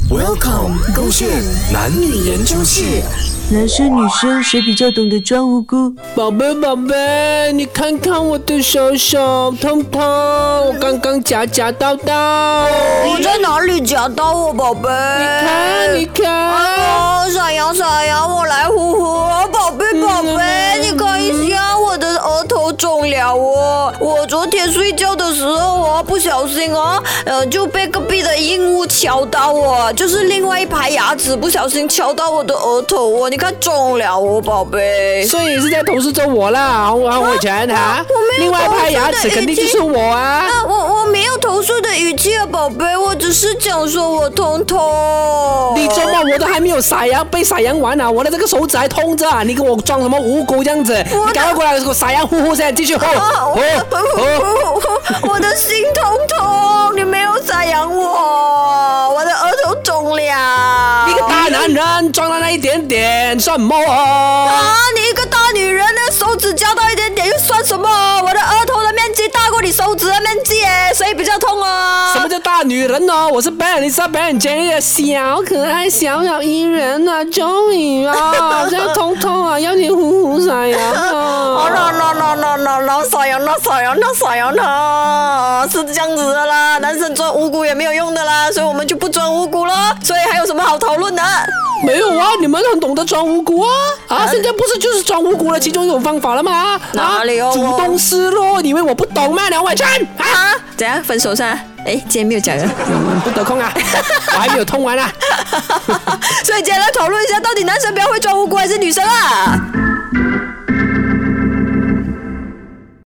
Welcome， 勾选男女研究室。 男生女生谁比较懂得装无辜？ 宝贝宝贝，你看看我的手痛痛，我刚刚夹到。 你在哪里夹到我，宝贝？ 你看。 哎呦，傻羊，我来呼呼。宝贝，你看一下我的额头肿了哦。我昨天睡觉的时候不小心就被隔壁的硬物敲到就是另外一排牙齿不小心敲到我的额头你看肿了宝贝。 所以你是在投诉着我啦，还我钱哈？另外一排牙齿肯定就是我啊。 我没有投诉的语气宝贝，我只是讲说我痛。 你周末我都还没有被撒羊完啊，我的这个手指还痛着啊！你给我装什么无辜这样子？你赶快过来给我撒羊呼先，继续呼。 我的心痛，你没有撒羊我的额头肿了。 你个大男人装了那一点点算什么你一个大女人呢，手指夹到一点点又算什么？我的额头的面积大过你手指的面积所以比较痛什么叫大女人呢？我是Vanessa Jenny的小可爱小艺人啊，终于这样痛啊，要你呼撒羊撒羊是这样子的啦，男生装无辜也没有用的啦，所以我们就不装无辜了。所以还有什么好讨论的？ 没有啊，你们很懂得装无辜现在不是就是装无辜的其中一种方法了吗？ 哪里有？ 主动示弱，你以为我不懂吗？梁伟成怎样分手噻？今天没有讲人不得空我还没有通完所以今天来讨论一下，到底男生比较会装无辜还是女生